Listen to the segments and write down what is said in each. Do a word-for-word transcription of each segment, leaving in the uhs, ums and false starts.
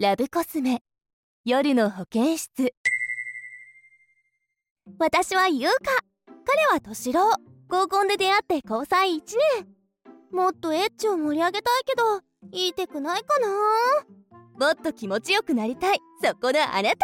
ラブコスメ夜の保健室。私は優香、彼は敏郎。合コンで出会って交際いちねん。もっとエッチを盛り上げたいけどいいテクないかな。もっと気持ちよくなりたい、そこのあなた。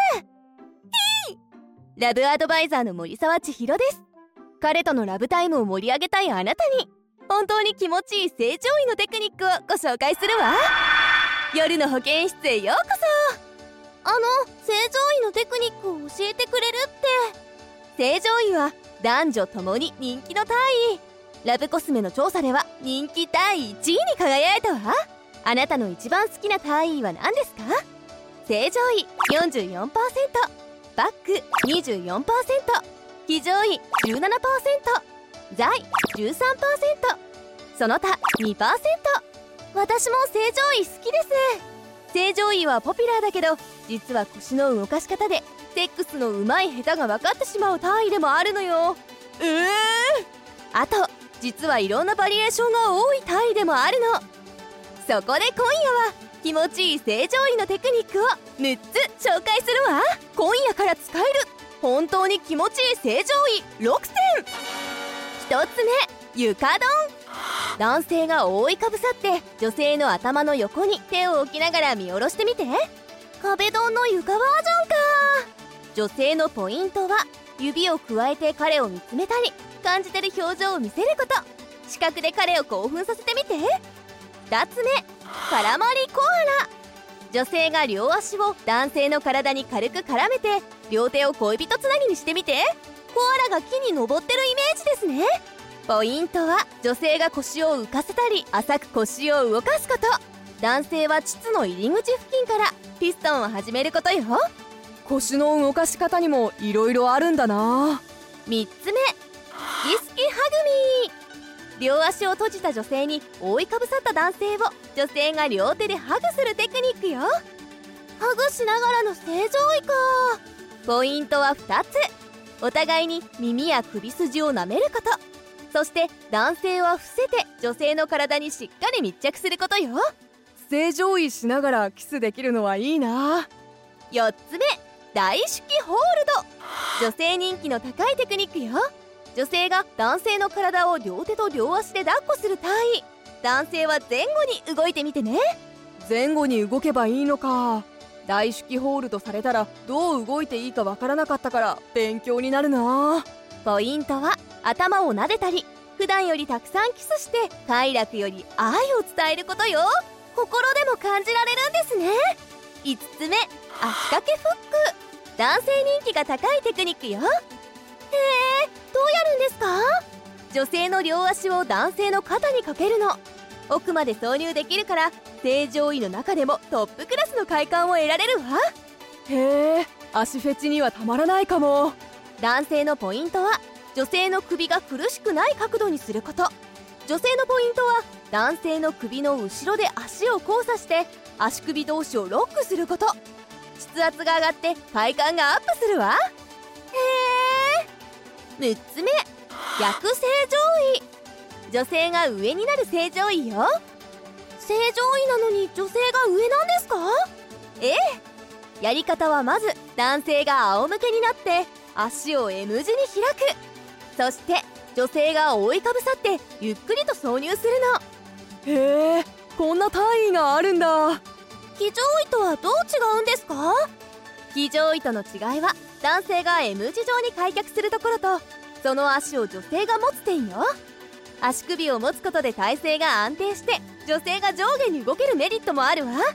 ラブアドバイザーの森沢千尋です。彼とのラブタイムを盛り上げたいあなたに本当に気持ちいい正常位のテクニックをご紹介するわ。夜の保健室へようこそ。あの正常位のテクニックを教えてくれるって。正常位は男女ともに人気の体位。ラブコスメの調査では人気だいいちいに輝いたわ。あなたの一番好きな体位は何ですか？正常位 よんじゅうよんパーセント、 バック にじゅうよんパーセント、 非常位 じゅうななパーセント、 在 じゅうさんパーセント、 その他 にパーセント。 私も正常位好きです。正常位はポピュラーだけど実は腰の動かし方でセックスの上手い下手が分かってしまう体位でもあるのよ。えー、あと実はいろんなバリエーションが多い体位でもあるの。そこで今夜は気持ちいい正常位のテクニックをむっつ紹介するわ。今夜から使える本当に気持ちいい正常位ろくてん。ひとつめ、床ドン。男性が覆いかぶさって女性の頭の横に手を置きながら見下ろしてみて。壁ドンの床バージョンか。女性のポイントは指をくわえて彼を見つめたり感じてる表情を見せること。視覚で彼を興奮させてみて。ふたつめ、絡まりコアラ。女性が両足を男性の体に軽く絡めて両手を恋人つなぎにしてみて。コアラが木に登ってるイメージですね。ポイントは女性が腰を浮かせたり浅く腰を動かすこと。男性は膣の入り口付近からピストンを始めることよ。 腰の動かし方にもいろいろあるんだな。 みっつめ、キスキハグミー。両足を閉じた女性に覆いかぶさった男性を女性が両手でハグするテクニックよ。ハグしながらの正常位か。ポイントはふたつ。お互いに耳や首筋を舐めること。そして男性は伏せて女性の体にしっかり密着することよ。 正常位しながらキスできるのはいいな。 よっつめ、大式ホールド。女性人気の高いテクニックよ。女性が男性の体を両手と両足で抱っこする体位。男性は前後に動いてみてね。 前後に動けばいいのか。大式ホールドされたらどう動いていいかわからなかったから勉強になるな。 ポイントは頭を撫でたり普段よりたくさんキスして快楽より愛を伝えることよ。心でも感じられるんですね。いつつめ、足掛けフック。男性人気が高いテクニックよ。へえ、どうやるんですか？女性の両足を男性の肩にかけるの。奥まで挿入できるから正常位の中でもトップクラスの快感を得られるわ。 へえ、足フェチにはたまらないかも。 男性のポイントは女性の首が苦しくない角度にすること。女性のポイントは男性の首の後ろで足を交差して足首同士をロックすること。筆圧が上がって快感がアップするわ。へえ。むっつめ、逆正常位。女性が上になる正常位よ。正常位なのに女性が上なんですか？ええ。やり方はまず男性が仰向けになって足を エム 字に開く。そして女性が覆いかぶさってゆっくりと挿入するの。へえ、こんな単位があるんだ。 非常位とはどう違うんですか？非常位との違いは男性が エム 字状に開脚するところとその足を女性が持つ点よ。足首を持つことで体勢が安定して女性が上下に動けるメリットもあるわ。へえ。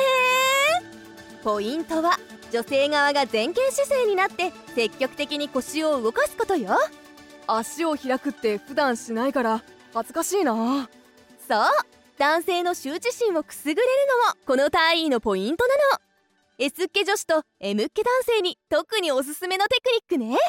ポイントは女性側が前傾姿勢になって積極的に腰を動かすことよ。 足を開くって普段しないから恥ずかしいな。 そう、男性の羞恥心をくすぐれるのもこの体位のポイントなの。 S っ気女子と M っ気男性に特におすすめのテクニックね。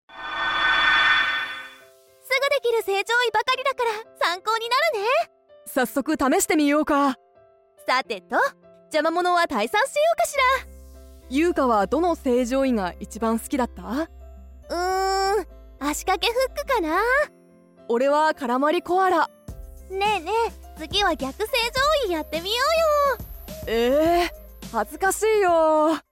すぐできる正常位ばかりだから参考になるね。 早速試してみようか。 さてと、邪魔者は退散しようかしら。 優香はどの正常位が一番好きだった？ うーん、足掛けフックかな。 俺は絡まりコアラ。 ねえねえ、次は逆正常位やってみようよ。 えー、 恥ずかしいよ。